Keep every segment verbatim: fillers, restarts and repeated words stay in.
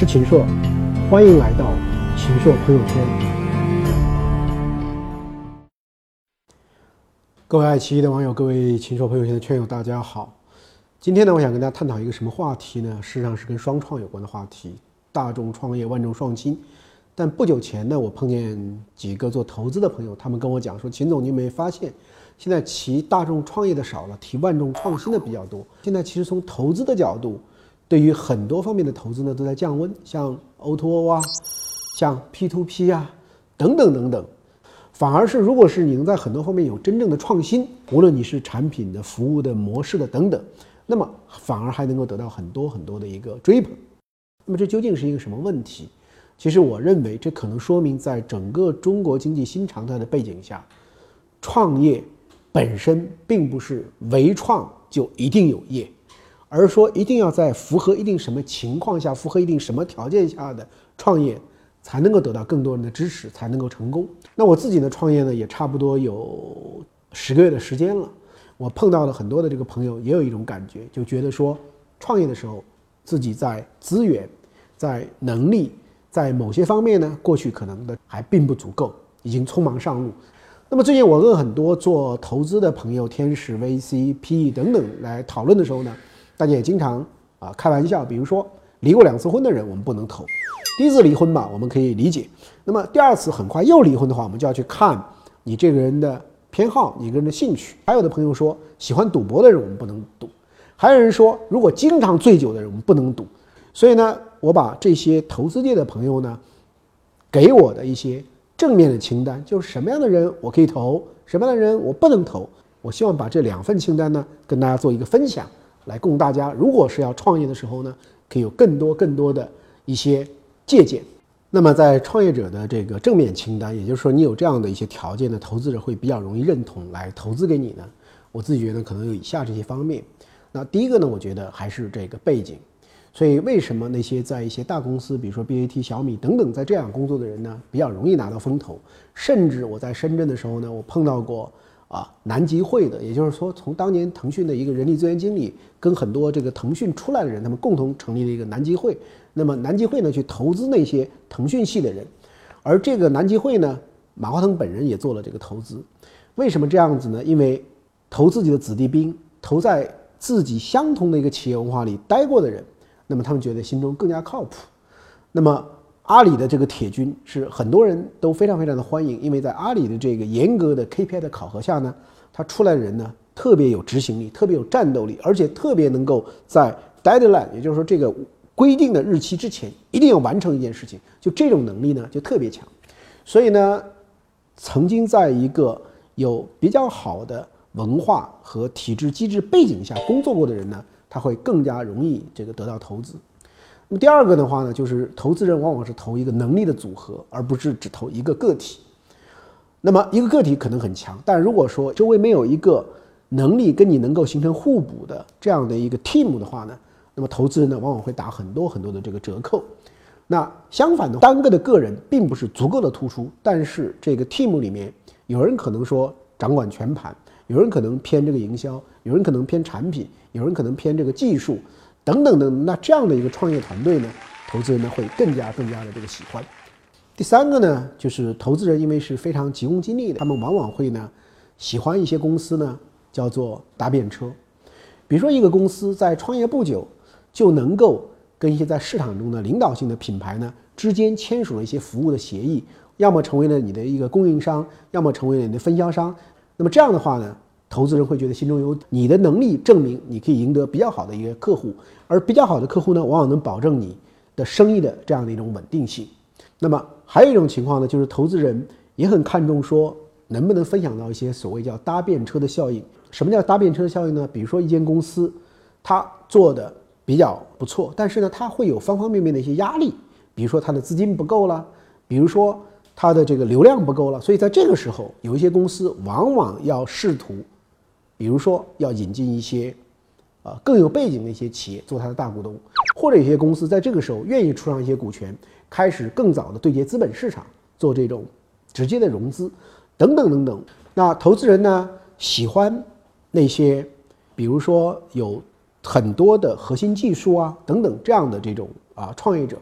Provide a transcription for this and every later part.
是秦朔，欢迎来到秦朔朋友圈。各位爱奇艺的网友，各位秦朔朋友圈的圈友，大家好。今天呢，我想跟大家探讨一个什么话题呢？事实上是跟双创有关的话题，大众创业，万众创新。但不久前呢，我碰见几个做投资的朋友，他们跟我讲说，秦总，你有没有发现，现在提大众创业的少了，提万众创新的比较多。现在其实从投资的角度，对于很多方面的投资呢都在降温，像 O to O 啊，像 P to P 啊，等等等等。反而是如果是你能在很多方面有真正的创新，无论你是产品的、服务的、模式的等等，那么反而还能够得到很多很多的一个追捧。那么这究竟是一个什么问题？其实我认为这可能说明，在整个中国经济新常态的背景下，创业本身并不是唯创就一定有业，而说一定要在符合一定什么情况下、符合一定什么条件下的创业，才能够得到更多人的支持，才能够成功。那我自己呢，创业呢也差不多有十个月的时间了。我碰到了很多的这个朋友，也有一种感觉，就觉得说，创业的时候自己在资源、在能力、在某些方面呢，过去可能的还并不足够，已经匆忙上路。那么最近我跟很多做投资的朋友，天使 V C、P E 等等来讨论的时候呢，大家也经常啊开玩笑，比如说离过两次婚的人我们不能投，第一次离婚吧我们可以理解，那么第二次很快又离婚的话，我们就要去看你这个人的偏好，你个人的兴趣。还有的朋友说，喜欢赌博的人我们不能赌，还有人说如果经常醉酒的人我们不能赌。所以呢，我把这些投资界的朋友呢给我的一些正面的清单，就是什么样的人我可以投，什么样的人我不能投。我希望把这两份清单呢跟大家做一个分享，来供大家如果是要创业的时候呢，可以有更多更多的一些借鉴。那么在创业者的这个正面清单，也就是说你有这样的一些条件呢，投资者会比较容易认同来投资给你呢。我自己觉得可能有以下这些方面。那第一个呢，我觉得还是这个背景。所以为什么那些在一些大公司，比如说 B A T、小米等等，在这样工作的人呢，比较容易拿到风投？甚至我在深圳的时候呢，我碰到过啊南极会的，也就是说，从当年腾讯的一个人力资源经理跟很多这个腾讯出来的人，他们共同成立了一个南极会。那么南极会呢，去投资那些腾讯系的人，而这个南极会呢，马化腾本人也做了这个投资。为什么这样子呢？因为投自己的子弟兵，投在自己相同的一个企业文化里待过的人。那么他们觉得心中更加靠谱。那么阿里的这个铁军是很多人都非常非常的欢迎，因为在阿里的这个严格的 K P I 的考核下呢，他出来的人呢特别有执行力，特别有战斗力，而且特别能够在 deadline， 也就是说这个规定的日期之前一定要完成一件事情，就这种能力呢就特别强。所以呢，曾经在一个有比较好的文化和体制机制背景下工作过的人呢，他会更加容易这个得到投资。那么第二个的话呢，就是投资人往往是投一个能力的组合，而不是只投一个个体。那么一个个体可能很强，但如果说周围没有一个能力跟你能够形成互补的这样的一个 team 的话呢，那么投资人呢往往会打很多很多的这个折扣。那相反的，单个的个人并不是足够的突出，但是这个 team 里面有人可能说掌管全盘，有人可能偏这个营销，有人可能偏产品，有人可能偏这个技术等等等，那这样的一个创业团队呢，投资人呢会更加更加的这个喜欢。第三个呢，就是投资人因为是非常急功近利的，他们往往会呢喜欢一些公司呢叫做搭便车。比如说一个公司在创业不久，就能够跟一些在市场中的领导性的品牌呢之间签署了一些服务的协议，要么成为了你的一个供应商，要么成为了你的分销商。那么这样的话呢，投资人会觉得心中有你的能力，证明你可以赢得比较好的一个客户，而比较好的客户呢，往往能保证你的生意的这样的一种稳定性。那么还有一种情况呢，就是投资人也很看重说能不能分享到一些所谓叫搭便车的效应。什么叫搭便车的效应呢？比如说一间公司它做的比较不错，但是呢它会有方方面面的一些压力，比如说它的资金不够了，比如说它的这个流量不够了，所以在这个时候有一些公司往往要试图，比如说要引进一些呃更有背景的一些企业做它的大股东，或者有些公司在这个时候愿意出让一些股权，开始更早的对接资本市场，做这种直接的融资等等等等。那投资人呢喜欢那些比如说有很多的核心技术啊等等这样的这种啊创业者。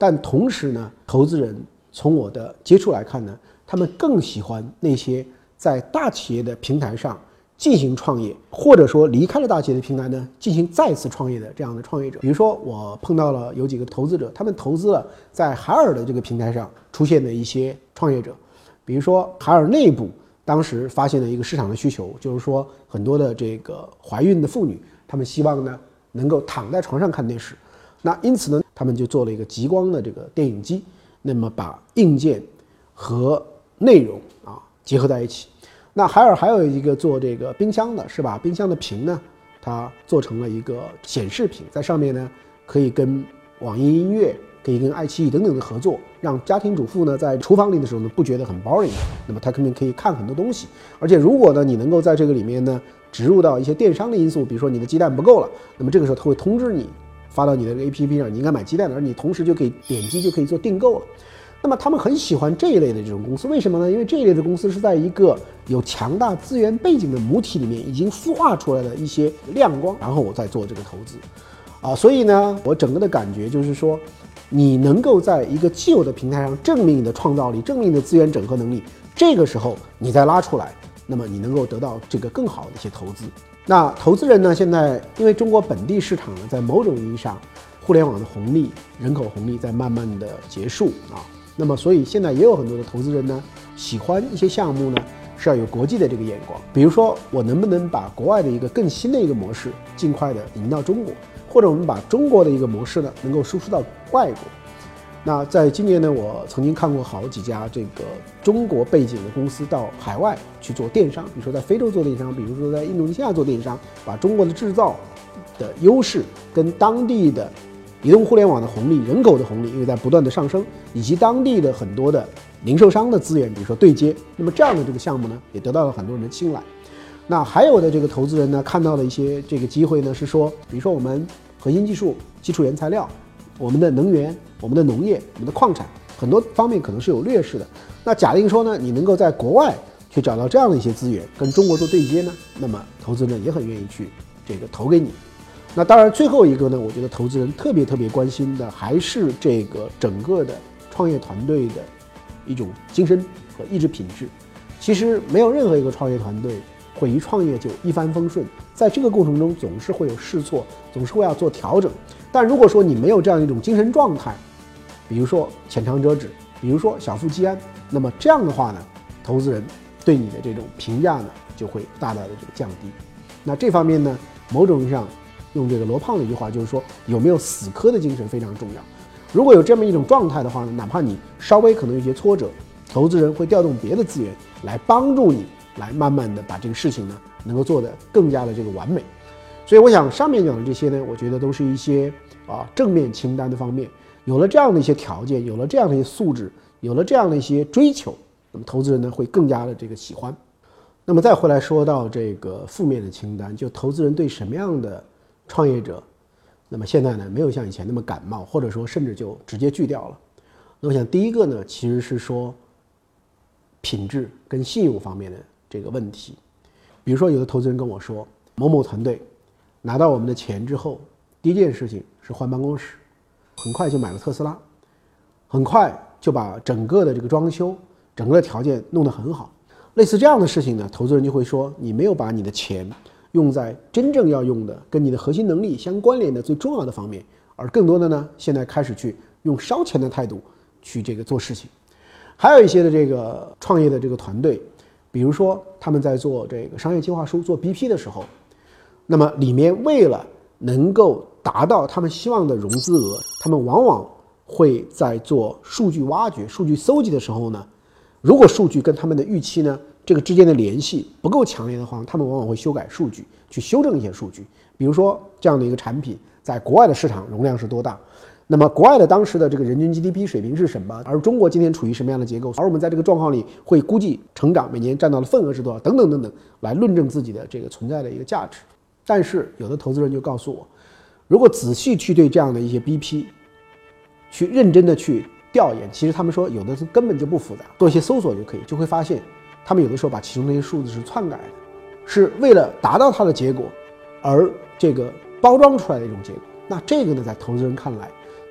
但同时呢，投资人从我的接触来看呢，他们更喜欢那些在大企业的平台上进行创业，或者说离开了大企业的平台呢，进行再次创业的这样的创业者。比如说，我碰到了有几个投资者，他们投资了在海尔的这个平台上出现的一些创业者。比如说，海尔内部当时发现了一个市场的需求，就是说很多的这个怀孕的妇女，她们希望呢能够躺在床上看电视。那因此呢，他们就做了一个极光的这个电影机，那么把硬件和内容啊结合在一起。那海尔还有一个做这个冰箱的，是把冰箱的屏呢，它做成了一个显示屏，在上面呢可以跟网易音乐、可以跟爱奇艺等等的合作，让家庭主妇呢在厨房里的时候呢不觉得很 boring， 那么它肯定可以看很多东西。而且如果呢你能够在这个里面呢植入到一些电商的因素，比如说你的鸡蛋不够了，那么这个时候它会通知你，发到你的 A P P 上，你应该买鸡蛋了，而你同时就可以点击就可以做订购了。那么他们很喜欢这一类的这种公司，为什么呢？因为这一类的公司是在一个有强大资源背景的母体里面已经孵化出来的一些亮光，然后我再做这个投资，啊，所以呢，我整个的感觉就是说，你能够在一个既有的平台上证明你的创造力，证明你的资源整合能力，这个时候你再拉出来，那么你能够得到这个更好的一些投资。那投资人呢，现在因为中国本地市场呢，在某种意义上，互联网的红利、人口红利在慢慢的结束啊。那么，所以现在也有很多的投资人呢，喜欢一些项目呢是要有国际的这个眼光。比如说，我能不能把国外的一个更新的一个模式尽快的引到中国，或者我们把中国的一个模式呢能够输出到外国。那在今年呢，我曾经看过好几家这个中国背景的公司到海外去做电商，比如说在非洲做电商，比如说在印度尼西亚做电商，把中国的制造的优势跟当地的移动互联网的红利、人口的红利，因为在不断的上升，以及当地的很多的零售商的资源，比如说对接，那么这样的这个项目呢，也得到了很多人的青睐。那还有的这个投资人呢，看到了一些这个机会呢，是说，比如说我们核心技术、基础原材料、我们的能源、我们的农业、我们的矿产，很多方面可能是有劣势的。那假定说呢，你能够在国外去找到这样的一些资源，跟中国做对接呢，那么投资人也很愿意去这个投给你。那当然，最后一个呢，我觉得投资人特别特别关心的还是这个整个的创业团队的一种精神和意志品质。其实没有任何一个创业团队会一创业就一帆风顺，在这个过程中总是会有试错，总是会要做调整。但如果说你没有这样一种精神状态，比如说浅尝辄止，比如说小富即安，那么这样的话呢，投资人对你的这种评价呢就会大大的这个降低。那这方面呢，某种意义上用这个罗胖的一句话就是说，有没有死磕的精神非常重要。如果有这么一种状态的话呢，哪怕你稍微可能有些挫折，投资人会调动别的资源来帮助你，来慢慢的把这个事情呢能够做得更加的这个完美。所以我想上面讲的这些呢，我觉得都是一些啊正面清单的方面。有了这样的一些条件，有了这样的一些素质，有了这样的一些追求，那么投资人呢会更加的这个喜欢。那么再回来说到这个负面的清单，就投资人对什么样的创业者，那么现在呢没有像以前那么感冒，或者说甚至就直接拒掉了。那我想第一个呢，其实是说品质跟信用方面的这个问题。比如说有的投资人跟我说，某某团队拿到我们的钱之后，第一件事情是换办公室，很快就买了特斯拉，很快就把整个的这个装修、整个的条件弄得很好。类似这样的事情呢，投资人就会说，你没有把你的钱用在真正要用的、跟你的核心能力相关联的最重要的方面，而更多的呢，现在开始去用烧钱的态度去这个做事情。还有一些的这个创业的这个团队，比如说他们在做这个商业计划书、做 B P 的时候，那么里面为了能够达到他们希望的融资额，他们往往会在做数据挖掘、数据搜集的时候呢，如果数据跟他们的预期呢这个之间的联系不够强烈的话，他们往往会修改数据，去修正一些数据。比如说这样的一个产品在国外的市场容量是多大，那么国外的当时的这个人均 G D P 水平是什么，而中国今天处于什么样的结构，而我们在这个状况里会估计成长每年占到的份额是多少，等等等等，来论证自己的这个存在的一个价值。但是有的投资人就告诉我，如果仔细去对这样的一些 B P 去认真的去调研，其实他们说有的根本就不复杂，做一些搜索就可以，就会发现他们有的时候把其中那些数字是篡改的，是为了达到它的结果而这个包装出来的一种结果。那这个呢，在投资人看来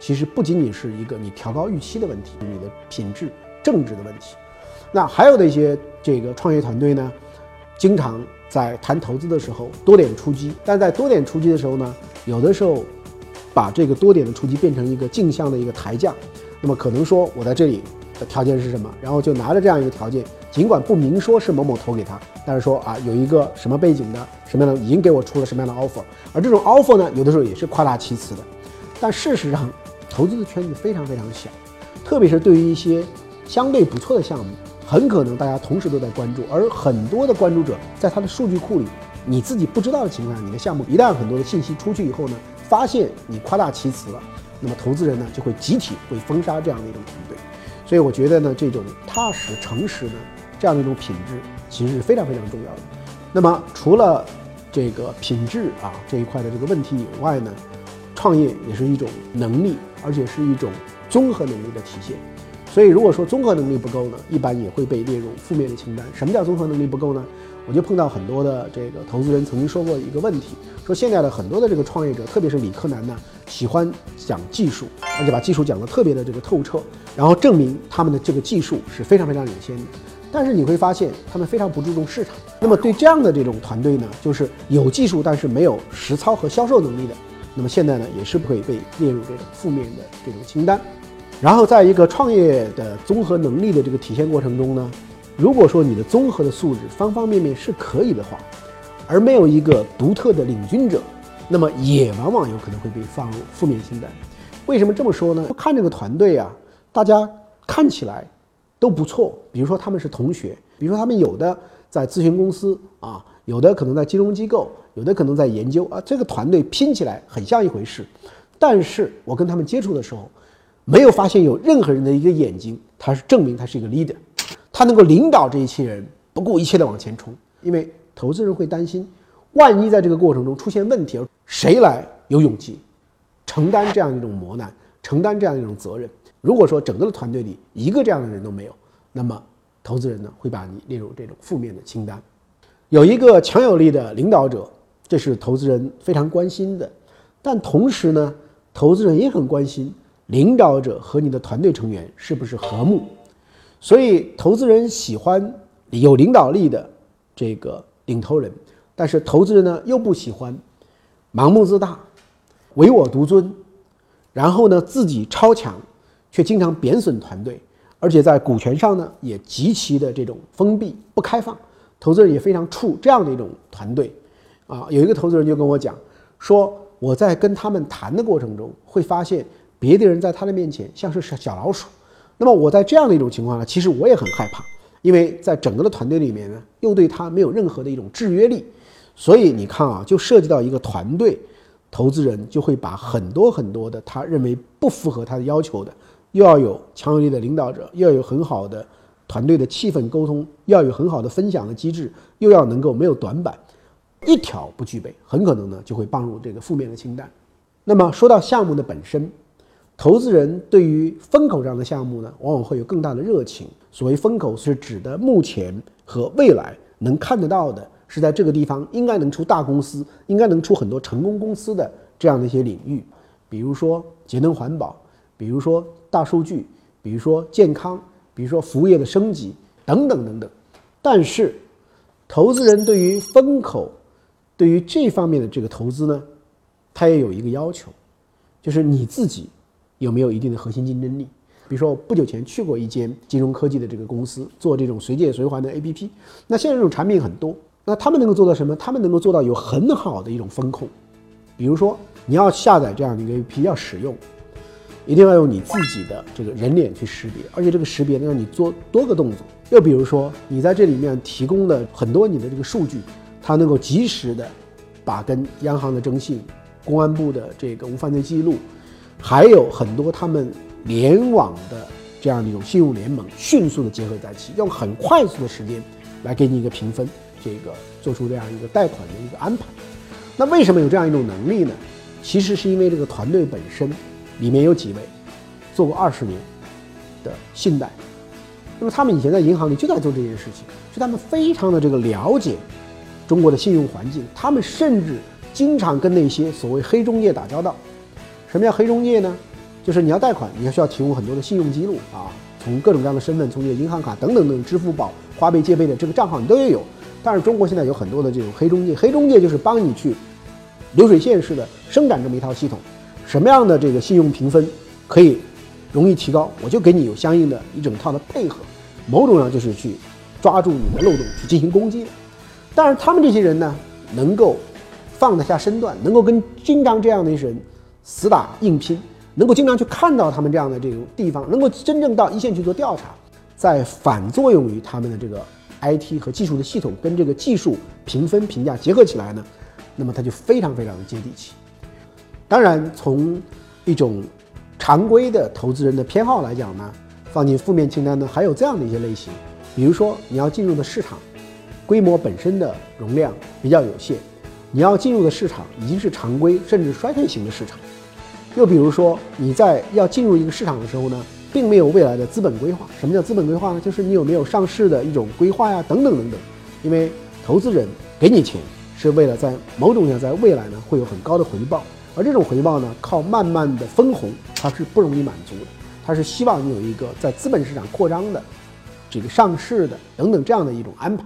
其实不仅仅是一个你调高预期的问题，你的品质、正直的问题。那还有的一些这个创业团队呢，经常在谈投资的时候多点出击，但在多点出击的时候呢，有的时候把这个多点的出击变成一个镜像的一个抬价。那么可能说我在这里的条件是什么，然后就拿着这样一个条件，尽管不明说是某某投给他，但是说啊有一个什么背景的什么样的已经给我出了什么样的 offer， 而这种 offer 呢，有的时候也是夸大其词的。但事实上，投资的圈子非常非常小，特别是对于一些相对不错的项目，很可能大家同时都在关注，而很多的关注者在他的数据库里，你自己不知道的情况下，你的项目一旦很多的信息出去以后呢，发现你夸大其词了，那么投资人呢就会集体会封杀这样的一种团队。所以我觉得呢，这种踏实诚实呢，这样的一种品质其实是非常非常重要的。那么除了这个品质啊这一块的这个问题以外呢，创业也是一种能力，而且是一种综合能力的体现。所以如果说综合能力不够呢，一般也会被列入负面的清单。什么叫综合能力不够呢？我就碰到很多的这个投资人曾经说过一个问题，说现在的很多的这个创业者，特别是理科男呢，喜欢讲技术，而且把技术讲得特别的这个透彻，然后证明他们的这个技术是非常非常领先的。但是你会发现，他们非常不注重市场。那么对这样的这种团队呢，就是有技术但是没有实操和销售能力的，那么现在呢，也是会被列入这种负面的这种清单。然后在一个创业的综合能力的这个体现过程中呢，如果说你的综合的素质方方面面是可以的话，而没有一个独特的领军者，那么也往往有可能会被放入负面清单。为什么这么说呢？看这个团队啊，大家看起来都不错，比如说他们是同学，比如说他们有的在咨询公司啊，有的可能在金融机构，有的可能在研究啊，这个团队拼起来很像一回事。但是我跟他们接触的时候，没有发现有任何人的一个眼睛，他是证明他是一个 leader， 他能够领导这一切人不顾一切的往前冲。因为投资人会担心，万一在这个过程中出现问题，谁来有勇气承担这样一种磨难，承担这样一种责任？如果说整个的团队里一个这样的人都没有，那么投资人呢会把你列入这种负面的清单。有一个强有力的领导者，这是投资人非常关心的，但同时呢，投资人也很关心领导者和你的团队成员是不是和睦。所以投资人喜欢有领导力的这个领头人，但是投资人呢又不喜欢盲目自大、唯我独尊，然后呢自己超强，却经常贬损团队，而且在股权上呢也极其的这种封闭不开放。投资人也非常怵这样的一种团队啊。有一个投资人就跟我讲说，我在跟他们谈的过程中会发现别的人在他的面前像是小老鼠。那么我在这样的一种情况呢，其实我也很害怕，因为在整个的团队里面呢，又对他没有任何的一种制约力。所以你看啊，就涉及到一个团队，投资人就会把很多很多的他认为不符合他的要求的，又要有强有力的领导者，又要有很好的团队的气氛沟通，要有很好的分享的机制，又要能够没有短板，一条不具备，很可能呢就会放入这个负面的清单。那么说到项目的本身，投资人对于风口上的项目呢，往往会有更大的热情。所谓风口是指的目前和未来能看得到的，是在这个地方应该能出大公司，应该能出很多成功公司的这样的一些领域，比如说节能环保，比如说大数据，比如说健康，比如说服务业的升级等等等等。但是投资人对于风口，对于这方面的这个投资呢，他也有一个要求，就是你自己有没有一定的核心竞争力。比如说我不久前去过一间金融科技的这个公司，做这种随借随还的 A P P。 那现在这种产品很多，那他们能够做到什么？他们能够做到有很好的一种风控。比如说你要下载这样的一个 A P P 要使用，一定要用你自己的这个人脸去识别，而且这个识别呢让你做多个动作。又比如说你在这里面提供的很多你的这个数据，它能够及时的把跟央行的征信、公安部的这个无犯罪记录，还有很多他们联网的这样的一种信用联盟迅速的结合在一起，用很快速的时间来给你一个评分，这个做出这样一个贷款的一个安排。那为什么有这样一种能力呢？其实是因为这个团队本身里面有几位做过二十年的信贷，那么他们以前在银行里就在做这件事情，所以他们非常的这个了解中国的信用环境，他们甚至经常跟那些所谓黑中介打交道。什么叫黑中介呢？ 就是你要贷款，你要需要提供很多的信用记录啊，从各种各样的身份，从你的银行卡等等等，支付宝、花呗、借呗的这个账号你都要有。但是中国现在有很多的这种黑中介，黑中介就是帮你去流水线式的生产这么一套系统，什么样的这个信用评分可以容易提高，我就给你有相应的一整套的配合，某种上就是去抓住你的漏洞去进行攻击的。但是他们这些人呢，能够放得下身段，能够跟经常这样的一些人死打硬拼，能够经常去看到他们这样的这种地方，能够真正到一线去做调查，再反作用于他们的这个 I T 和技术的系统跟这个技术评分评价结合起来呢，那么它就非常非常的接地气。当然，从一种常规的投资人的偏好来讲呢，放进负面清单呢还有这样的一些类型，比如说你要进入的市场规模本身的容量比较有限，你要进入的市场已经是常规甚至衰退型的市场。又比如说你在要进入一个市场的时候呢，并没有未来的资本规划。什么叫资本规划呢？就是你有没有上市的一种规划呀，等等等等。因为投资人给你钱是为了在某种上在未来呢会有很高的回报，而这种回报呢靠慢慢的分红它是不容易满足的，它是希望你有一个在资本市场扩张的这个上市的等等这样的一种安排。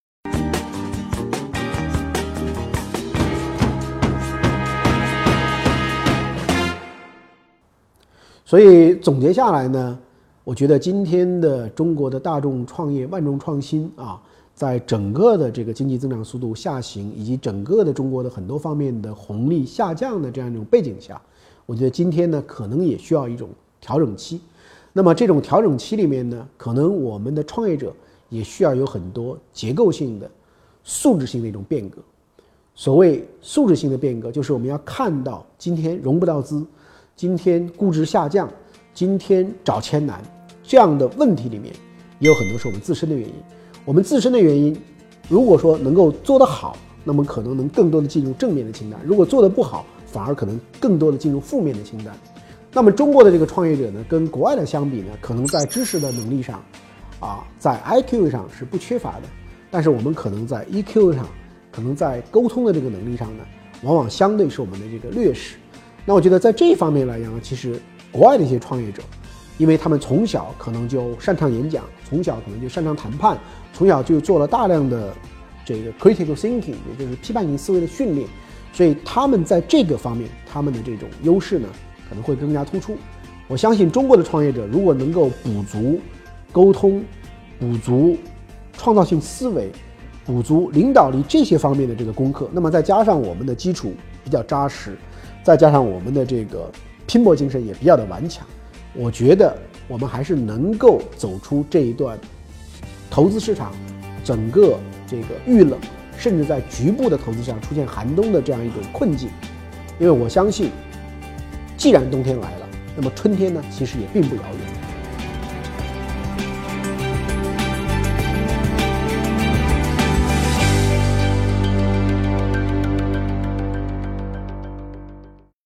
所以总结下来呢，我觉得今天的中国的大众创业、万众创新啊，在整个的这个经济增长速度下行，以及整个的中国的很多方面的红利下降的这样一种背景下，我觉得今天呢可能也需要一种调整期。那么这种调整期里面呢，可能我们的创业者也需要有很多结构性的、素质性的一种变革。所谓素质性的变革，就是我们要看到今天融不到资，今天估值下降，今天找钱难这样的问题里面，也有很多是我们自身的原因。我们自身的原因，如果说能够做得好，那么可能能更多的进入正面的清单；如果做得不好，反而可能更多的进入负面的清单。那么中国的这个创业者呢，跟国外的相比呢，可能在知识的能力上，啊，在 I Q 上是不缺乏的，但是我们可能在 E Q 上，可能在沟通的这个能力上呢，往往相对是我们的这个劣势。那我觉得在这一方面来讲，其实国外的一些创业者，因为他们从小可能就擅长演讲，从小可能就擅长谈判，从小就做了大量的这个 critical thinking， 也就是批判性思维的训练，所以他们在这个方面，他们的这种优势呢，可能会更加突出。我相信中国的创业者如果能够补足沟通、补足创造性思维、补足领导力这些方面的这个功课，那么再加上我们的基础比较扎实，再加上我们的这个拼搏精神也比较的顽强，我觉得我们还是能够走出这一段投资市场整个这个遇冷，甚至在局部的投资上出现寒冬的这样一种困境。因为我相信，既然冬天来了，那么春天呢，其实也并不遥远。